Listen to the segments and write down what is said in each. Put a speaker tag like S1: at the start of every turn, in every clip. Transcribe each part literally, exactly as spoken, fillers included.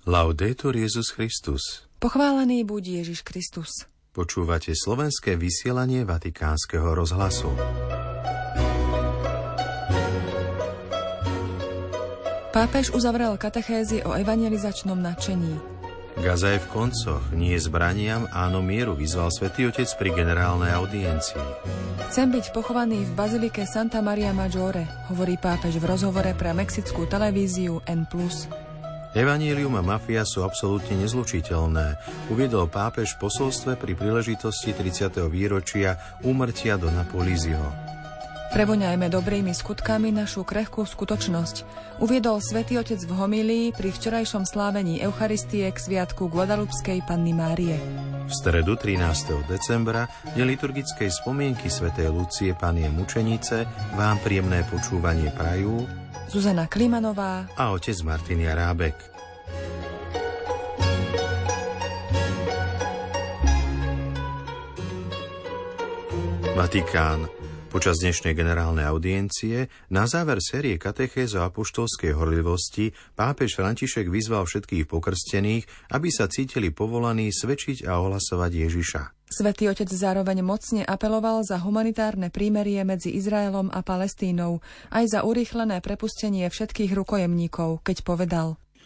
S1: Laudetur Jesus Christus.
S2: Pochválený buď Ježiš Kristus.
S1: Počúvate slovenské vysielanie Vatikánskeho rozhlasu.
S2: Pápež uzavrel katechézy o evangelizačnom nadšení.
S1: Gaza je v koncoch, nie zbraniam, áno mieru, vyzval Svätý Otec pri generálnej audiencii.
S2: Chcem byť pochovaný v bazilike Santa Maria Maggiore, hovorí pápež v rozhovore pre mexickú televíziu en plus.
S1: Evanjelium a mafia sú absolútne nezlučiteľné, uviedol pápež v posolstve pri príležitosti tridsiateho výročia úmrtia Dona Polizziho.
S2: Prevoňajme dobrými skutkami našu krehkú skutočnosť, uviedol Svätý Otec v homílii pri včerajšom slávení Eucharistie k sviatku Guadalupskej Panny Márie.
S1: V stredu trinásteho decembra, deň liturgickej spomienky svätej Lucie Panny Mučenice, vám príjemné počúvanie prajú
S2: Zuzana Klimanová
S1: a otec Martin Jarábek. Vatikán. Počas dnešnej generálnej audiencie na záver série katechéz o apoštolskej horlivosti pápež František vyzval všetkých pokrstených, aby sa cítili povolaní svedčiť a ohlasovať Ježiša.
S2: Svätý Otec zároveň mocne apeloval za humanitárne prímerie medzi Izraelom a Palestínou, aj za urýchlené prepustenie všetkých rukojemníkov, keď povedal: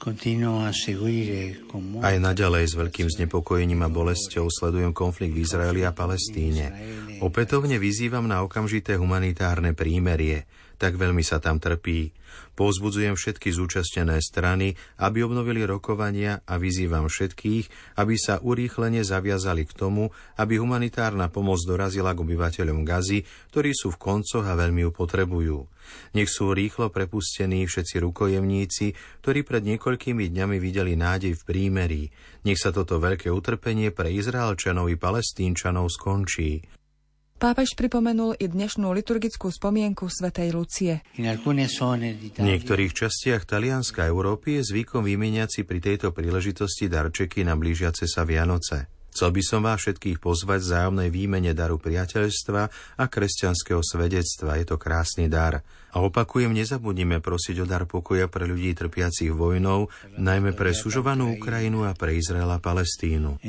S1: Aj naďalej s veľkým znepokojením a bolesťou sledujem konflikt v Izraeli a Palestíne. Opätovne vyzývam na okamžité humanitárne prímerie, tak veľmi sa tam trpí. Povzbudzujem všetky zúčastnené strany, aby obnovili rokovania a vyzývam všetkých, aby sa urýchlene zaviazali k tomu, aby humanitárna pomoc dorazila k obyvateľom Gazy, ktorí sú v koncoch a veľmi ju potrebujú. Nech sú rýchlo prepustení všetci rukojemníci, ktorí pred niekoľkými dňami videli nádej v prímerí. Nech sa toto veľké utrpenie pre Izraelčanov i Palestínčanov skončí.
S2: Pápež pripomenul i dnešnú liturgickú spomienku svätej Lucie.
S1: V niektorých častiach Talianska a Európy je zvykom vymieňať si pri tejto príležitosti darčeky na blížiace sa Vianoce. Chcel by som vás všetkých pozvať vzájomnej výmene daru priateľstva a kresťanského svedectva. Je to krásny dar. A opakujem, nezabudnime prosiť o dar pokoja pre ľudí trpiacich vojnou, najmä pre sužovanú Ukrajinu a pre Izrael a Palestínu.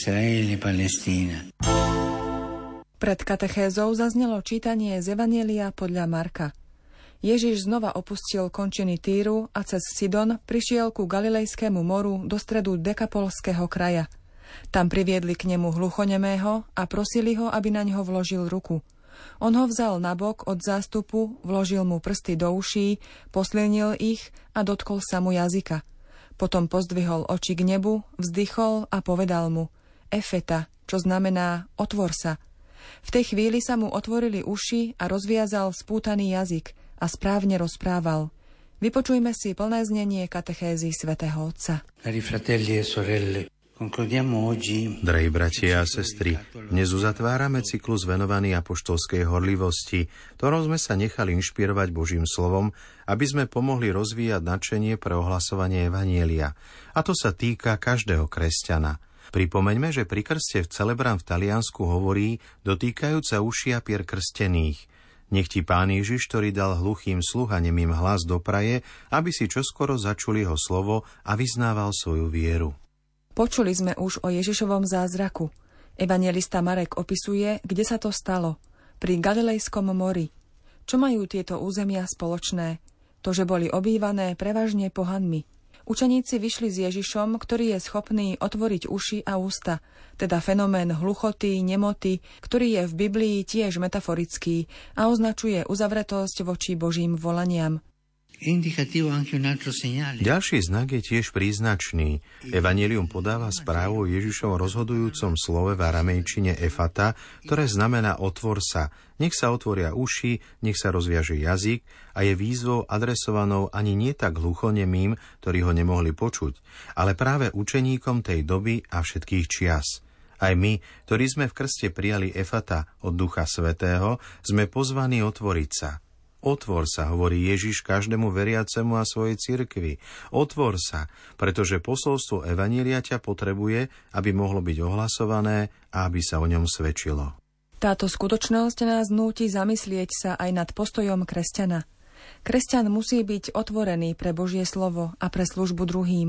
S2: Pred katechézou zaznelo čítanie z Evanjelia podľa Marka. Ježiš znova opustil končiny Týru a cez Sidon prišiel ku Galilejskému moru do stredu Dekapolského kraja. Tam priviedli k nemu hluchonemého a prosili ho, aby na ňo vložil ruku. On ho vzal nabok od zástupu, vložil mu prsty do uší, poslinil ich a dotkol sa mu jazyka. Potom pozdvihol oči k nebu, vzdychol a povedal mu: Efeta, čo znamená otvor sa. V tej chvíli sa mu otvorili uši a rozviazal spútaný jazyk a správne rozprával. Vypočujme si plné znenie katechézy svätého Otca.
S1: Drahí bratia a sestry, dnes uzatvárame cyklus venovaný apoštolskej horlivosti, ktorom sme sa nechali inšpirovať Božím slovom, aby sme pomohli rozvíjať nadšenie pre ohlasovanie evanjelia. A to sa týka každého kresťana. Pripomeňme, že pri krste v Celebrant v Taliansku hovorí dotýkajúca uši a pier krstených. Nech ti Pán Ježiš, ktorý dal hluchým sluch a nemým hlas, dopraje, aby si čoskoro začuli jeho slovo a vyznával svoju vieru.
S2: Počuli sme už o Ježišovom zázraku. Evanjelista Marek opisuje, kde sa to stalo. Pri Galilejskom mori. Čo majú tieto územia spoločné? To, že boli obývané prevažne pohanmi. Učeníci vyšli s Ježišom, ktorý je schopný otvoriť uši a ústa, teda fenomén hluchoty, nemoty, ktorý je v Biblii tiež metaforický a označuje uzavretosť voči Božím volaniam.
S1: Ďalší znak je tiež príznačný. Evanjelium podáva správu o Ježišovom rozhodujúcom slove v aramejčine efata, ktoré znamená otvor sa. Nech sa otvoria uši, nech sa rozviaže jazyk a je výzvou adresovanou ani nie tak hluchonemým, ktorí ho nemohli počuť, ale práve učeníkom tej doby a všetkých čias. Aj my, ktorí sme v krste prijali efata od Ducha Svätého, sme pozvaní otvoriť sa. Otvor sa, hovorí Ježiš každému veriacemu a svojej cirkvi. Otvor sa, pretože posolstvo evanjelia ťa potrebuje, aby mohlo byť ohlasované a aby sa o ňom svedčilo.
S2: Táto skutočnosť nás núti zamyslieť sa aj nad postojom kresťana. Kresťan musí byť otvorený pre Božie slovo a pre službu druhým.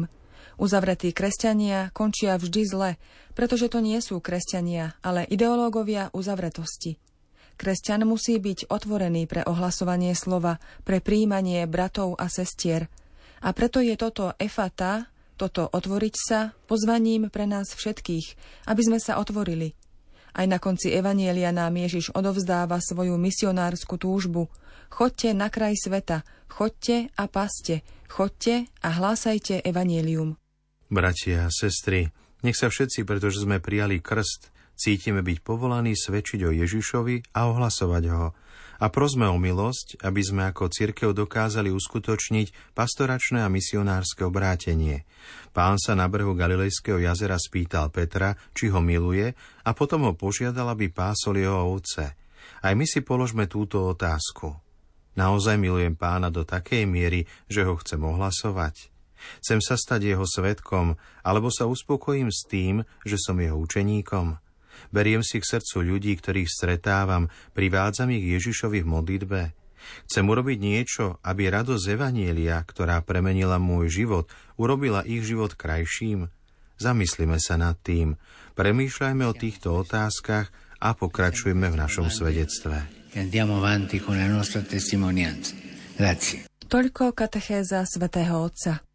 S2: Uzavretí kresťania končia vždy zle, pretože to nie sú kresťania, ale ideológovia uzavretosti. Kresťan musí byť otvorený pre ohlasovanie slova, pre prijímanie bratov a sestier. A preto je toto efata, toto otvoriť sa, pozvaním pre nás všetkých, aby sme sa otvorili. Aj na konci evanjelia nám Ježiš odovzdáva svoju misionársku túžbu. Choďte na kraj sveta, choďte a paste, choďte a hlásajte evanjelium.
S1: Bratia a sestry, nech sa všetci, pretože sme prijali krst, cítime byť povolaní svedčiť o Ježišovi a ohlasovať ho. A prosme o milosť, aby sme ako cirkev dokázali uskutočniť pastoračné a misionárske obrátenie. Pán sa na brehu Galilejského jazera spýtal Petra, či ho miluje, a potom ho požiadal, aby pásol jeho ovce. Aj my si položme túto otázku. Naozaj milujem Pána do takej miery, že ho chcem ohlasovať? Chcem sa stať jeho svedkom, alebo sa uspokojím s tým, že som jeho učeníkom? Beriem si k srdcu ľudí, ktorých stretávam, privádzam ich Ježišovi v modlitbe. Chcem urobiť niečo, aby radosť evanjelia, ktorá premenila môj život, urobila ich život krajším? Zamyslime sa nad tým, premýšľajme o týchto otázkach a pokračujme v našom svedectve.
S2: Toľko katechéza svätého Otca.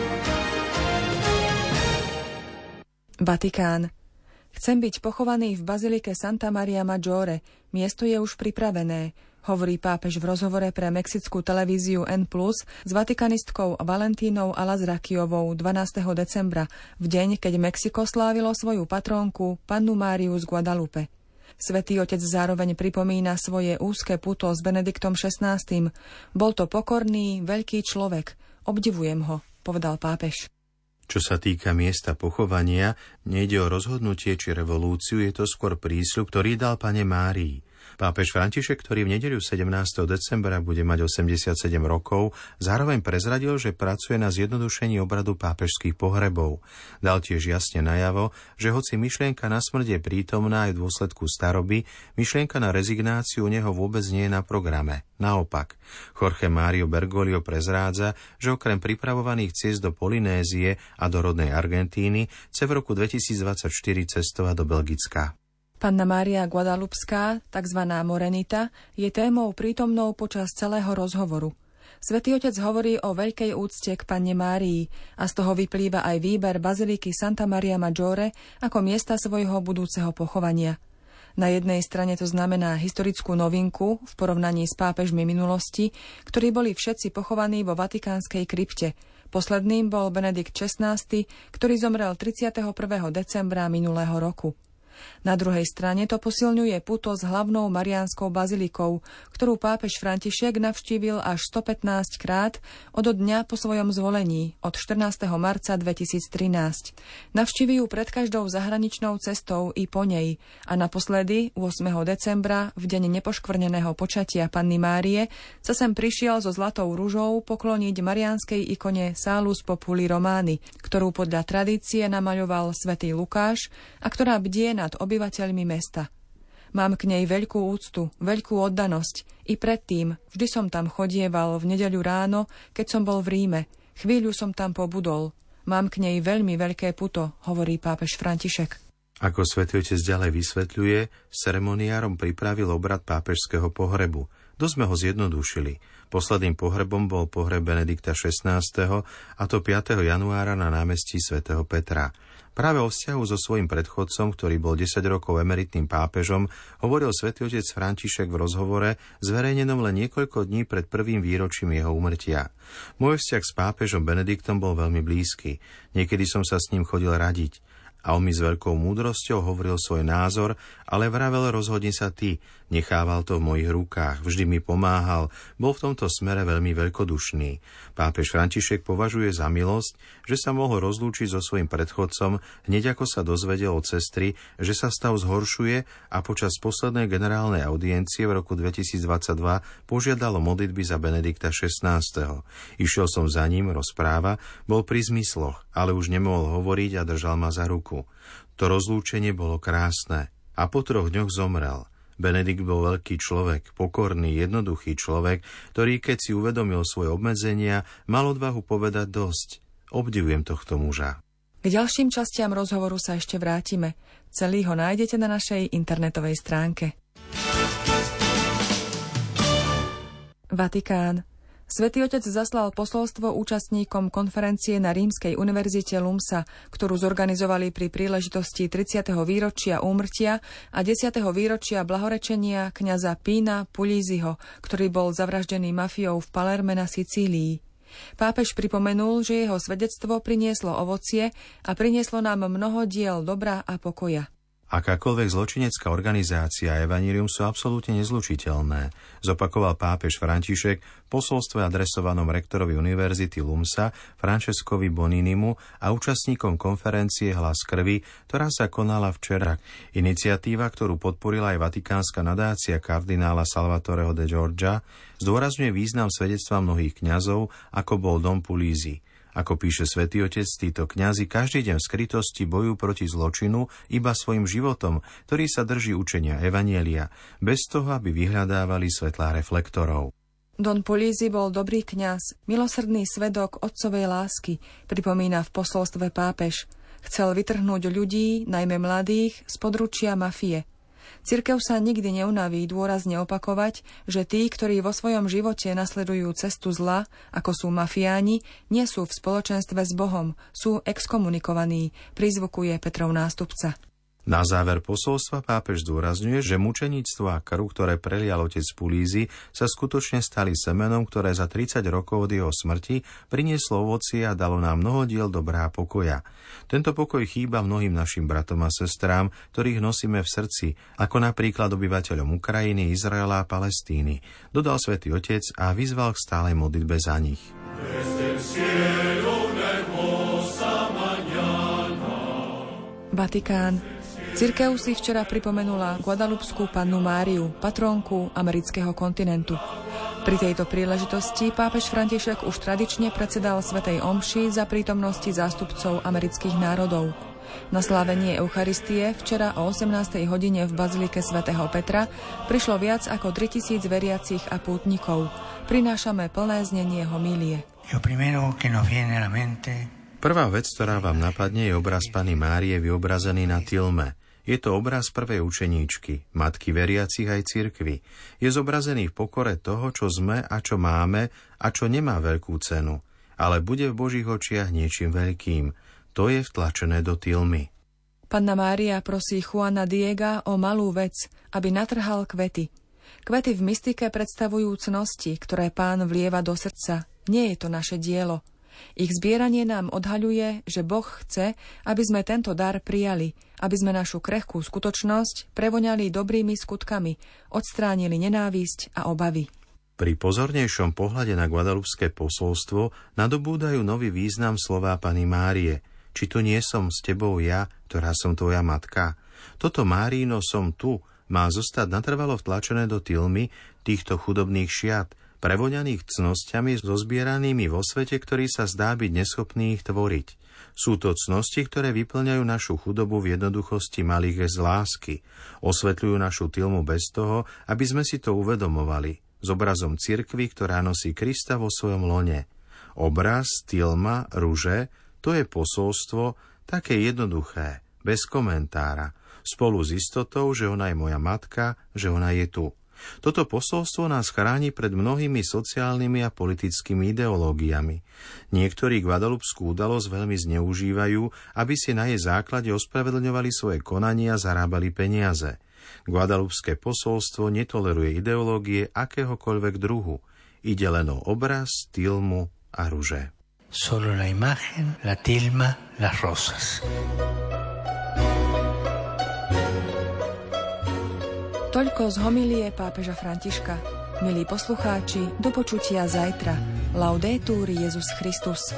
S2: Vatikán. Chcem byť pochovaný v bazilike Santa Maria Maggiore. Miesto je už pripravené, hovorí pápež v rozhovore pre mexickú televíziu N plus s vatikanistkou Valentínou Alazrakiovou dvanásteho decembra, v deň, keď Mexiko slávilo svoju patrónku, pannu Máriu z Guadalupe. Svätý Otec zároveň pripomína svoje úzke puto s Benediktom šestnásty. Bol to pokorný, veľký človek. Obdivujem ho, povedal pápež.
S1: Čo sa týka miesta pochovania, nejde o rozhodnutie či revolúciu, je to skôr prísľub, ktorý dal Panne Márii. Pápež František, ktorý v nedeľu sedemnásteho decembra bude mať osemdesiatsedem rokov, zároveň prezradil, že pracuje na zjednodušení obradu pápežských pohrebov. Dal tiež jasne najavo, že hoci myšlienka na smrť je prítomná aj v dôsledku staroby, myšlienka na rezignáciu u neho vôbec nie je na programe. Naopak, Jorge Mario Bergoglio prezrádza, že okrem pripravovaných ciest do Polynézie a do rodnej Argentíny chce v roku dvetisícdvadsaťštyri cestovať do Belgicka.
S2: Panna Mária Guadalupská, tzv. Morenita, je témou prítomnou počas celého rozhovoru. Svätý Otec hovorí o veľkej úcte k Panne Márii a z toho vyplýva aj výber baziliky Santa Maria Maggiore ako miesta svojho budúceho pochovania. Na jednej strane to znamená historickú novinku v porovnaní s pápežmi minulosti, ktorí boli všetci pochovaní vo vatikánskej krypte. Posledným bol Benedikt šestnásty, ktorý zomrel tridsiateho prvého decembra minulého roku. Na druhej strane to posilňuje puto s hlavnou Mariánskou bazilikou, ktorú pápež František navštívil až stopätnásť krát od dňa po svojom zvolení, od štrnásteho marca dvetisíctrinásť. Navštíví ju pred každou zahraničnou cestou i po nej a naposledy ôsmeho decembra, v deň nepoškvrneného počatia Panny Márie, sa sem prišiel so zlatou ružou pokloniť mariánskej ikone Salus Populi Romani, ktorú podľa tradície namaľoval svätý Lukáš a ktorá bdie nad obyvateľmi mesta. Mám k nej veľkú úctu, veľkú oddanosť. I predtým, vždy som tam chodieval v nedeľu ráno, keď som bol v Ríme. Chvíľu som tam pobudol. Mám k nej veľmi veľké puto, hovorí pápež František.
S1: Ako Svätý Otec ďalej vysvetľuje, ceremoniárom pripravil obrad pápežského pohrebu. Dosť sme ho zjednodušili. Posledným pohrebom bol pohreb Benedikta šestnásteho a to piateho januára na námestí svätého Petra. Práve o vzťahu so svojím predchodcom, ktorý bol desať rokov emeritným pápežom, hovoril Svätý Otec František v rozhovore zverejnenom len niekoľko dní pred prvým výročím jeho úmrtia. Môj vzťah s pápežom Benediktom bol veľmi blízky. Niekedy som sa s ním chodil radiť. A on mi s veľkou múdrosťou hovoril svoj názor, ale vravel, rozhodni sa ty. Nechával to v mojich rukách, vždy mi pomáhal, bol v tomto smere veľmi veľkodušný. Pápež František považuje za milosť, že sa mohol rozlúčiť so svojím predchodcom, hneď ako sa dozvedel od sestry, že sa stav zhoršuje a počas poslednej generálnej audiencie v roku dvetisícdvadsaťdva požiadal o modlitby za Benedikta šestnásteho. Išiel som za ním, rozpráva, bol pri zmysloch, ale už nemohol hovoriť a držal ma za ruku. To rozlúčenie bolo krásne a po troch dňoch zomrel. Benedikt bol veľký človek, pokorný, jednoduchý človek, ktorý, keď si uvedomil svoje obmedzenia, mal odvahu povedať dosť. Obdivujem tohto muža.
S2: K ďalším častiam rozhovoru sa ešte vrátime. Celý ho nájdete na našej internetovej stránke. Vatikán. Svätý Otec zaslal posolstvo účastníkom konferencie na Rímskej univerzite Lumsa, ktorú zorganizovali pri príležitosti tridsiateho výročia úmrtia a desiateho výročia blahorečenia kňaza Pína Pulíziho, ktorý bol zavraždený mafiou v Palerme na Sicílii. Pápež pripomenul, že jeho svedectvo prinieslo ovocie a prinieslo nám mnoho diel dobra a pokoja.
S1: Akákoľvek zločinecká organizácia a evanjelium sú absolútne nezlučiteľné, zopakoval pápež František v posolstve adresovanom rektorovi univerzity Lumsa Franceskovi Boninimu a účastníkom konferencie Hlas krvi, ktorá sa konala včera. Iniciatíva, ktorú podporila aj vatikánska nadácia kardinála Salvatoreho de Giorgia, zdôrazňuje význam svedectva mnohých kňazov, ako bol Don Pulisi. Ako píše Svätý Otec, títo kňazi každý deň v skrytosti bojujú proti zločinu iba svojim životom, ktorý sa drží učenia evanjelia, bez toho, aby vyhľadávali svetlá reflektorov.
S2: Don Pulisi bol dobrý kňaz, milosrdný svedok otcovej lásky, pripomína v posolstve pápež. Chcel vytrhnúť ľudí, najmä mladých, z područia mafie. Cirkev sa nikdy neunaví dôrazne opakovať, že tí, ktorí vo svojom živote nasledujú cestu zla, ako sú mafiáni, nie sú v spoločenstve s Bohom, sú exkomunikovaní, prizvukuje Petrov nástupca.
S1: Na záver posolstva pápež zdôrazňuje, že mučeníctvo a krv, ktoré prelial otec Pulisi, sa skutočne stali semenom, ktoré za tridsať rokov od jeho smrti prinieslo ovocie a dalo nám mnoho diel dobrá pokoja. Tento pokoj chýba mnohým našim bratom a sestrám, ktorých nosíme v srdci, ako napríklad obyvateľom Ukrajiny, Izraela a Palestíny, dodal Svätý Otec a vyzval k stálej modlitbe za nich.
S2: Vatikán. Cirkev si včera pripomenula Guadalupskú pannu Máriu, patrónku amerického kontinentu. Pri tejto príležitosti pápež František už tradične predsedal svätej omši za prítomnosti zástupcov amerických národov. Na slávenie Eucharistie včera o osemnástej hodine v bazilike svätého Petra prišlo viac ako tritisíc veriacich a pútnikov. Prinášame plné znenie homílie.
S1: Prvá vec, ktorá vám napadne, je obraz Panny Márie vyobrazený na tilme. Je to obraz prvej učeníčky, matky veriacich aj cirkvi. Je zobrazený v pokore toho, čo sme a čo máme a čo nemá veľkú cenu, ale bude v Božích očiach niečím veľkým. To je vtlačené do tilmy.
S2: Panna Mária prosí Juana Diega o malú vec, aby natrhal kvety. Kvety v mystike predstavujú cnosti, ktoré Pán vlieva do srdca. Nie je to naše dielo. Ich zbieranie nám odhaľuje, že Boh chce, aby sme tento dar prijali, aby sme našu krehkú skutočnosť prevoňali dobrými skutkami, odstránili nenávisť a obavy.
S1: Pri pozornejšom pohľade na guadalupské posolstvo nadobúdajú nový význam slová Panny Márie. Či tu nie som s tebou ja, ktorá som tvoja matka? Toto Márino som tu má zostať natrvalo vtlačené do tilmy týchto chudobných šiat, prevoňaných cnosťami zozbieranými vo svete, ktorý sa zdá byť neschopný ich tvoriť. Sú to cnosti, ktoré vyplňajú našu chudobu v jednoduchosti malých z lásky. Osvetľujú našu tilmu bez toho, aby sme si to uvedomovali. S obrazom cirkvi, ktorá nosí Krista vo svojom lone. Obraz, tilma, ruže, to je posolstvo také jednoduché, bez komentára, spolu s istotou, že ona je moja matka, že ona je tu. Toto posolstvo nás chráni pred mnohými sociálnymi a politickými ideológiami. Niektorí guadalupskú udalosť veľmi zneužívajú, aby si na jej základe ospravedlňovali svoje konania a zarábali peniaze. Guadalupské posolstvo netoleruje ideológie akéhokoľvek druhu. Ide len o obraz, tilmu a ruže.
S3: Solo la imagen, la tilma, las rosas.
S2: Toľko z homilie pápeža Františka. Milí poslucháči, do počutia zajtra. Laudetur Jesus Christus.